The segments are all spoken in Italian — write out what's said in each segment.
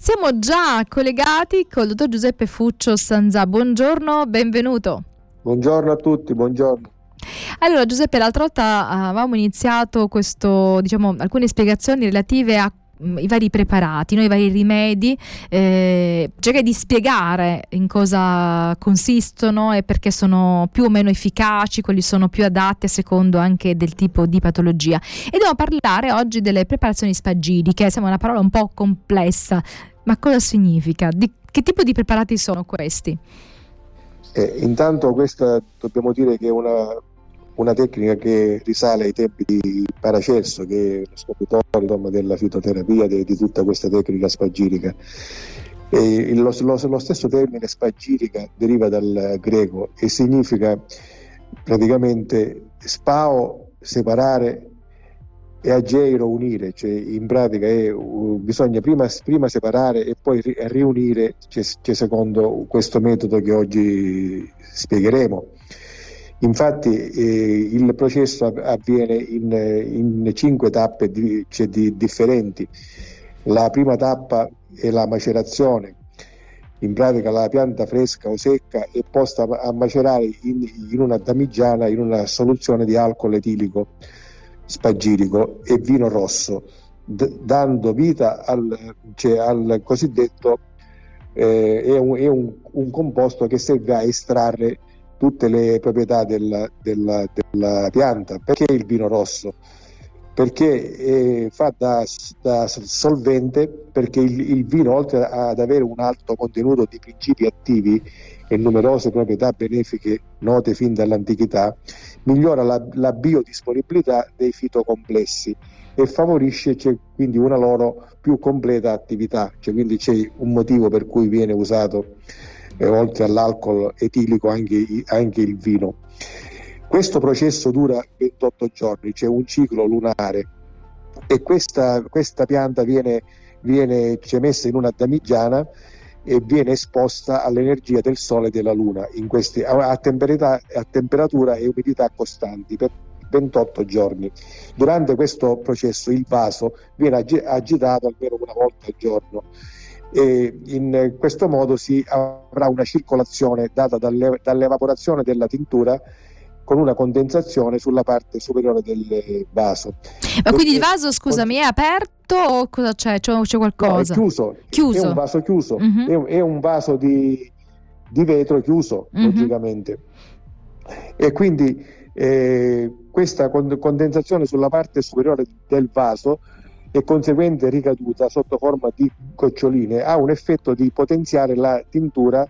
Siamo già collegati col dottor Giuseppe Fuccio Sanzà. Buongiorno, benvenuto. Buongiorno a tutti, buongiorno. Allora Giuseppe, l'altra volta avevamo iniziato alcune spiegazioni relative ai vari preparati, i vari rimedi, cercare di spiegare in cosa consistono e perché sono più o meno efficaci, quali sono più adatti a secondo anche del tipo di patologia. E dobbiamo parlare oggi delle preparazioni spagiliche. Sembra una parola un po' complessa, ma cosa significa? Che tipo di preparati sono questi? Intanto questa dobbiamo dire che è una tecnica che risale ai tempi di Paracelso, che è lo scopritore della fitoterapia, di tutta questa tecnica spagirica. Lo stesso termine spagirica deriva dal greco e significa praticamente spao, separare, e ageiro, unire, cioè in pratica bisogna prima separare e poi riunire, c'è secondo questo metodo che oggi spiegheremo. Infatti il processo avviene in 5 tappe differenti. La prima tappa è la macerazione. In pratica la pianta fresca o secca è posta a macerare in una damigiana, in una soluzione di alcol etilico spagirico e vino rosso, dando vita al cosiddetto è un composto che serve a estrarre tutte le proprietà della pianta. Perché il vino rosso? Perché fa da solvente, perché il vino, oltre ad avere un alto contenuto di principi attivi e numerose proprietà benefiche note fin dall'antichità, migliora la biodisponibilità dei fitocomplessi e favorisce quindi una loro più completa attività. Quindi c'è un motivo per cui viene usato oltre all'alcol etilico anche il vino. Questo processo dura 28 giorni, c'è un ciclo lunare e questa pianta viene messa in una damigiana e viene esposta all'energia del sole e della luna a temperatura e umidità costanti per 28 giorni. Durante questo processo il vaso viene agitato almeno una volta al giorno e in questo modo si avrà una circolazione data dall'evaporazione della tintura con una condensazione sulla parte superiore del vaso. Ma quindi il vaso, scusami, è aperto o cosa c'è? C'è qualcosa? No, è chiuso. È un vaso chiuso, uh-huh. È un vaso di vetro chiuso, uh-huh. Logicamente. E quindi questa condensazione sulla parte superiore del vaso e conseguente ricaduta sotto forma di goccioline ha un effetto di potenziare la tintura,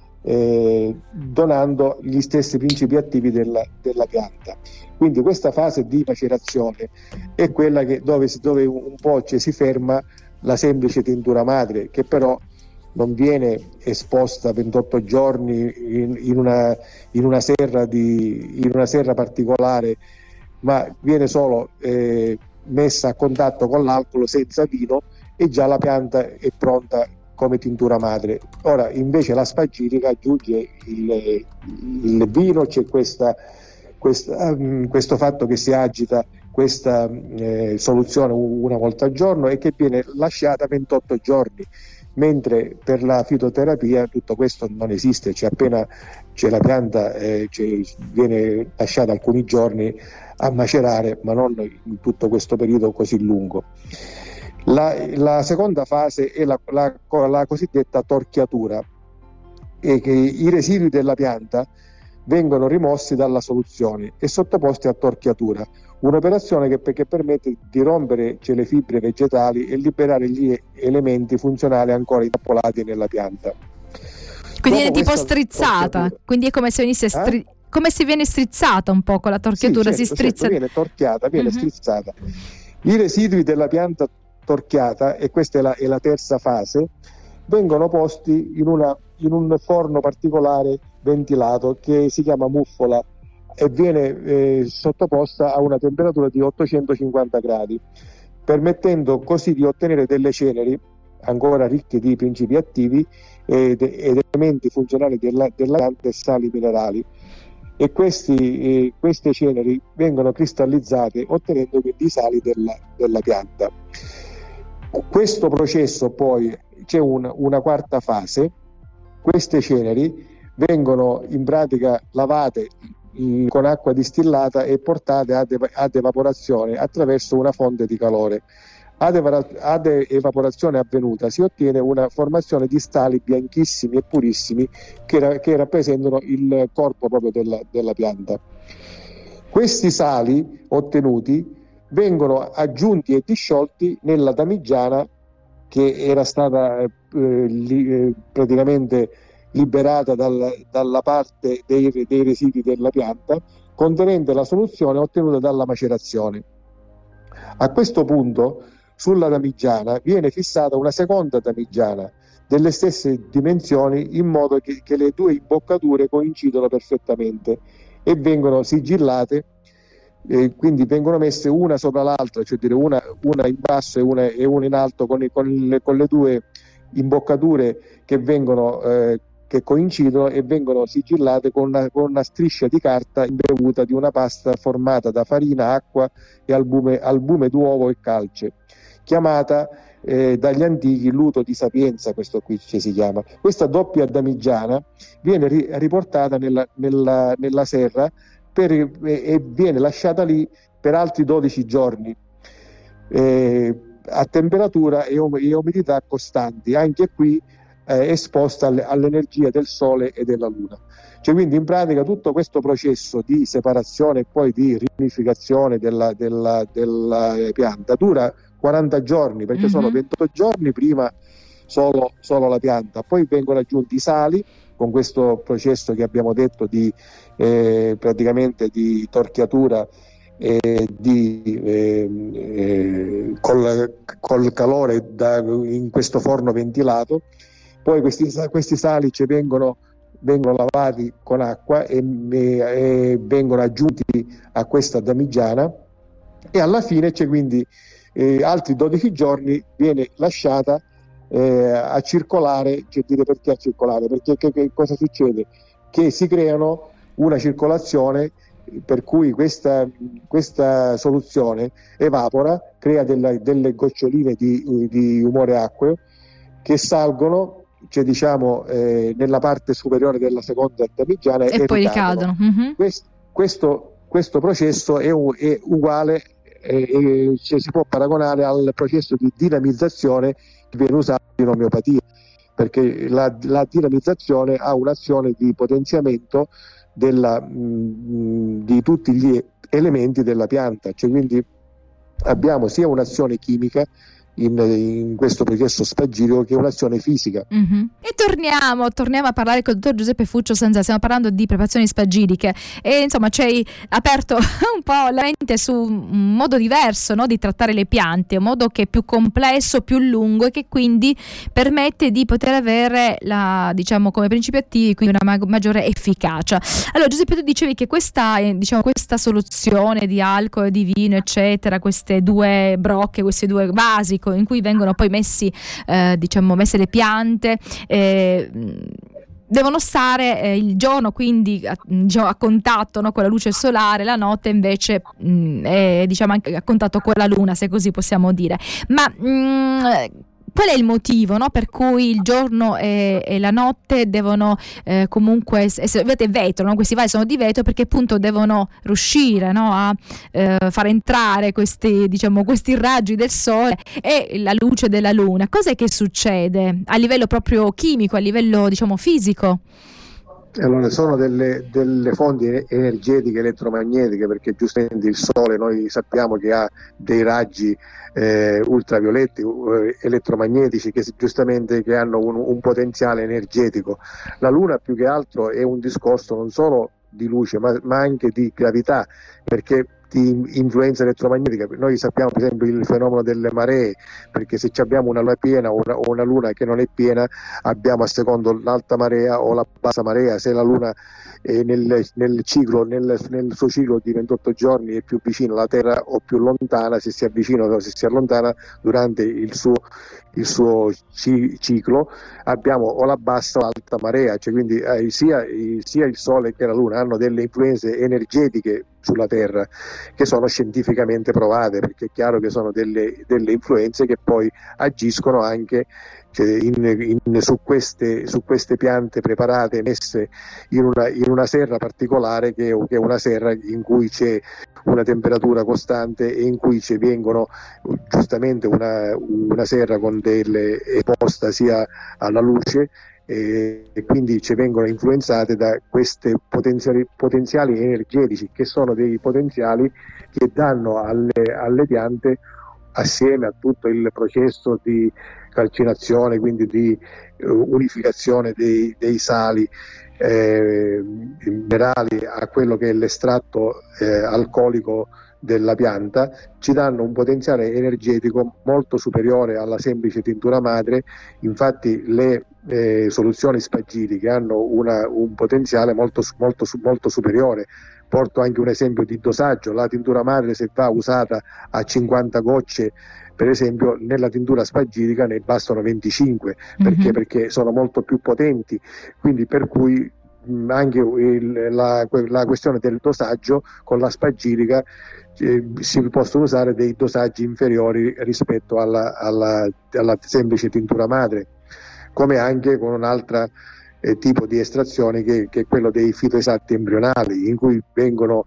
donando gli stessi principi attivi della pianta. Quindi questa fase di macerazione è quella dove un po' si ferma la semplice tintura madre, che però non viene esposta 28 giorni in una serra particolare, ma viene solo messa a contatto con l'alcol senza vino e già la pianta è pronta come tintura madre. Ora invece la spagirica aggiunge il vino, c'è questo fatto che si agita questa soluzione una volta al giorno e che viene lasciata 28 giorni, mentre per la fitoterapia tutto questo non esiste, appena c'è la pianta viene lasciata alcuni giorni a macerare, ma non in tutto questo periodo così lungo. La seconda fase è la cosiddetta torchiatura, e che i residui della pianta vengono rimossi dalla soluzione e sottoposti a torchiatura, un'operazione che permette di rompere le fibre vegetali e liberare gli elementi funzionali ancora intrappolati nella pianta. Quindi è tipo strizzata, quindi è come se venisse come se viene strizzata un po' con la torchiatura, sì, certo, si strizza. Viene torchiata, viene strizzata. I residui della torchiata, e questa è la terza fase, vengono posti in un forno particolare ventilato che si chiama muffola e viene sottoposta a una temperatura di 850 gradi, permettendo così di ottenere delle ceneri ancora ricche di principi attivi ed elementi funzionali della pianta e sali minerali. E queste ceneri vengono cristallizzate ottenendo quindi i sali della pianta. Questo processo poi c'è una quarta fase. Queste ceneri vengono in pratica lavate con acqua distillata e portate ad evaporazione attraverso una fonte di calore. Ad evaporazione avvenuta si ottiene una formazione di sali bianchissimi e purissimi che rappresentano il corpo proprio della pianta. Questi sali ottenuti vengono aggiunti e disciolti nella damigiana che era stata praticamente liberata dalla parte dei residui della pianta, contenente la soluzione ottenuta dalla macerazione. A questo punto sulla damigiana viene fissata una seconda damigiana delle stesse dimensioni, in modo che le due imboccature coincidono perfettamente e vengono sigillate, quindi vengono messe una sopra l'altra, cioè dire una in basso e una in alto, con le due imboccature che coincidono e vengono sigillate con una striscia di carta imbevuta di una pasta formata da farina, acqua e albume d'uovo e calce, chiamata dagli antichi luto di sapienza. Questo qui si chiama. Questa doppia damigiana viene riportata nella serra e viene lasciata lì per altri 12 giorni a temperatura e umidità costanti, anche qui esposta all'energia del sole e della luna. Cioè, quindi in pratica tutto questo processo di separazione e poi di riunificazione della pianta dura 40 giorni, perché sono 28 giorni prima solo la pianta, poi vengono aggiunti i sali con questo processo che abbiamo detto di praticamente di torchiatura col calore in questo forno ventilato. Poi questi sali vengono lavati con acqua e vengono aggiunti a questa damigiana, e alla fine c'è quindi altri 12 giorni viene lasciata a circolare. Cioè, dire perché a circolare? Perché che cosa succede? Che si creano una circolazione per cui questa soluzione evapora, crea delle goccioline di umore acqueo che salgono, cioè diciamo nella parte superiore della seconda damigiana e poi ricadono. Questo processo è uguale, cioè si può paragonare al processo di dinamizzazione che viene usato in omeopatia, perché la dinamizzazione ha un'azione di potenziamento di tutti gli elementi della pianta, cioè quindi abbiamo sia un'azione chimica in questo processo spagirico che un'azione fisica. E torniamo a parlare con il dottor Giuseppe Fuccio Sanzà. Stiamo parlando di preparazioni spagiriche e insomma ci hai aperto un po' la mente su un modo diverso, no, di trattare le piante, un modo che è più complesso, più lungo e che quindi permette di poter avere diciamo come principi attivi quindi una maggiore efficacia. Allora Giuseppe, tu dicevi che questa soluzione di alcol, di vino eccetera, queste due brocche, questi due vasi in cui vengono poi messe le piante, devono stare il giorno quindi a contatto, no, con la luce solare, la notte invece è anche a contatto con la luna, se così possiamo dire. Ma qual è il motivo, no, per cui il giorno e la notte devono comunque vedete vetro, no? Questi vasi sono di vetro perché appunto devono riuscire, no, a far entrare questi raggi del sole e la luce della luna. Cos'è che succede a livello proprio chimico, a livello fisico? Allora, sono delle fonti energetiche elettromagnetiche, perché giustamente il sole noi sappiamo che ha dei raggi ultravioletti elettromagnetici che hanno un potenziale energetico. La luna più che altro è un discorso non solo di luce ma anche di gravità, perché di influenza elettromagnetica. Noi sappiamo per esempio il fenomeno delle maree, perché se abbiamo una luna piena o una luna che non è piena abbiamo a secondo l'alta marea o la bassa marea. Se la luna nel suo ciclo di 28 giorni è più vicina alla Terra o più lontana, se si avvicina o se si allontana durante il suo ciclo, abbiamo o la bassa o l'alta marea, cioè quindi sia il Sole che la Luna hanno delle influenze energetiche sulla Terra, che sono scientificamente provate, perché è chiaro che sono delle influenze che poi agiscono anche su queste piante preparate, messe in una serra particolare, che è una serra in cui c'è una temperatura costante e in cui ci vengono giustamente una serra con esposta sia alla luce, e quindi ci vengono influenzate da questi potenziali energetici, che sono dei potenziali che danno alle piante, assieme a tutto il processo di calcinazione, quindi di unificazione dei sali minerali a quello che è l'estratto alcolico della pianta, ci danno un potenziale energetico molto superiore alla semplice tintura madre. Infatti le soluzioni spagiriche hanno un potenziale molto superiore. Porto anche un esempio di dosaggio: la tintura madre, se va usata a 50 gocce, per esempio, nella tintura spagirica ne bastano 25, perché sono molto più potenti. Quindi per cui anche la questione del dosaggio, con la spagirica si possono usare dei dosaggi inferiori rispetto alla semplice tintura madre, come anche con un altro tipo di estrazione che è quello dei fitoesatti embrionali, in cui vengono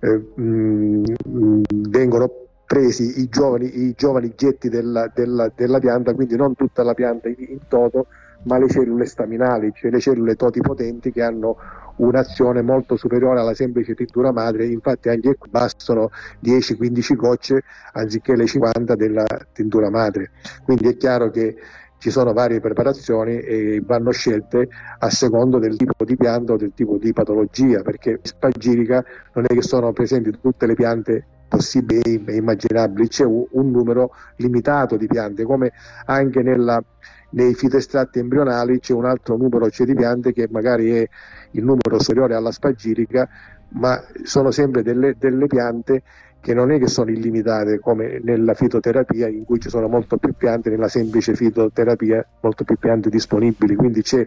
presi i giovani getti della pianta, quindi non tutta la pianta in toto, ma le cellule staminali, cioè le cellule totipotenti, che hanno un'azione molto superiore alla semplice tintura madre. Infatti anche qui bastano 10-15 gocce anziché le 50 della tintura madre. Quindi è chiaro che ci sono varie preparazioni e vanno scelte a secondo del tipo di pianta o del tipo di patologia, perché spagirica non è che sono presenti tutte le piante possibili e immaginabili, c'è un numero limitato di piante, come anche nei fitoestratti embrionali c'è un altro numero di piante che magari è il numero superiore alla spagirica, ma sono sempre delle piante che non è che sono illimitate come nella fitoterapia, in cui ci sono molto più piante, nella semplice fitoterapia molto più piante disponibili. Quindi c'è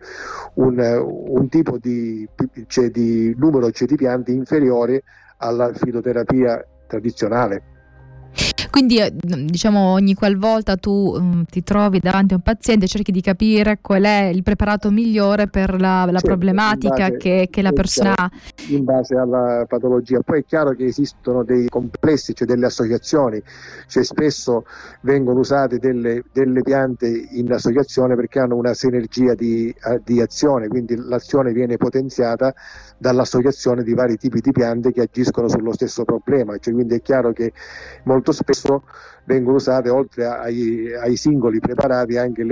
un tipo di numero di piante inferiore alla fitoterapia tradizionale. Quindi diciamo, ogni qualvolta tu ti trovi davanti a un paziente, cerchi di capire qual è il preparato migliore per la problematica che la persona ha. In base alla patologia. Poi è chiaro che esistono dei complessi, cioè delle associazioni, cioè spesso vengono usate delle piante in associazione perché hanno una sinergia di azione, quindi l'azione viene potenziata dall'associazione di vari tipi di piante che agiscono sullo stesso problema. Cioè, quindi è chiaro che molto spesso vengono usate, oltre ai singoli preparati, anche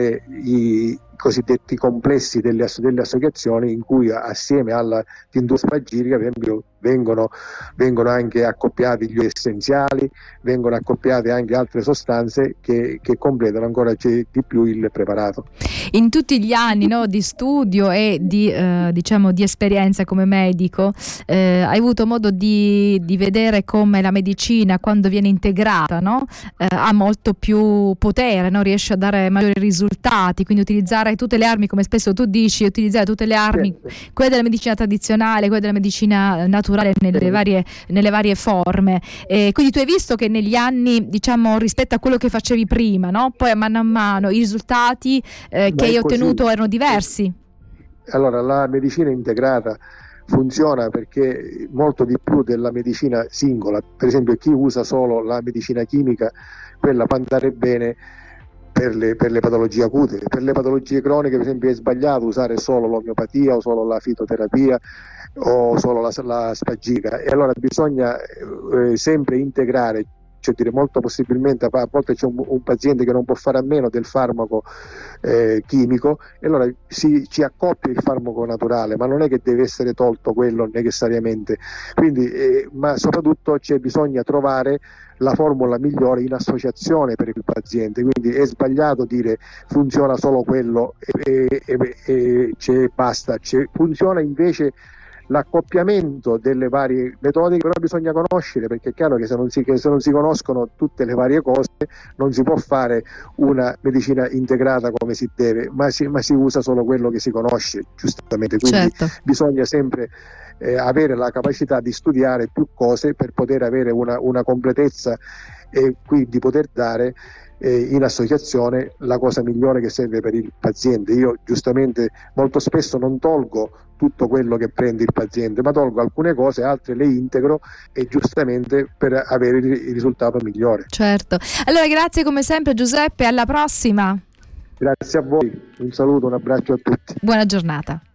i cosiddetti complessi delle associazioni, in cui assieme alla tintura spagirica, per esempio, vengono anche accoppiati gli essenziali, vengono accoppiate anche altre sostanze che completano ancora di più il preparato. In tutti gli anni, no, di studio e di esperienza come medico, hai avuto modo di vedere come la medicina, quando viene integrata, no, ha molto più potere, no? Riesce a dare maggiori risultati, quindi utilizzare tutte le armi, come spesso tu dici, utilizzare tutte le armi, quelle della medicina tradizionale, quelle della medicina naturale nelle varie forme. Quindi tu hai visto che negli anni, diciamo, rispetto a quello che facevi prima, no? Poi a mano i risultati che hai ottenuto erano diversi. Allora, la medicina integrata funziona perché molto di più della medicina singola. Per esempio, chi usa solo la medicina chimica, quella può andare bene per le patologie acute. Per le patologie croniche, per esempio, è sbagliato usare solo l'omeopatia o solo la fitoterapia o solo la spagirica, e allora bisogna sempre integrare. Cioè, dire, molto possibilmente a volte c'è un paziente che non può fare a meno del farmaco chimico, e allora ci accoppia il farmaco naturale, ma non è che deve essere tolto quello necessariamente. Quindi, ma soprattutto bisogna trovare la formula migliore in associazione per il paziente. Quindi è sbagliato dire funziona solo quello e basta. Funziona invece l'accoppiamento delle varie metodiche, però bisogna conoscere, perché è chiaro che se non si conoscono tutte le varie cose non si può fare una medicina integrata come si deve, ma si usa solo quello che si conosce, giustamente. Quindi bisogna sempre avere la capacità di studiare più cose per poter avere una completezza e quindi poter dare in associazione la cosa migliore che serve per il paziente. Io giustamente molto spesso non tolgo tutto quello che prende il paziente, ma tolgo alcune cose, altre le integro, e giustamente per avere il risultato migliore. Certo. Allora grazie come sempre Giuseppe, alla prossima. Grazie a voi, un saluto, un abbraccio a tutti. Buona giornata.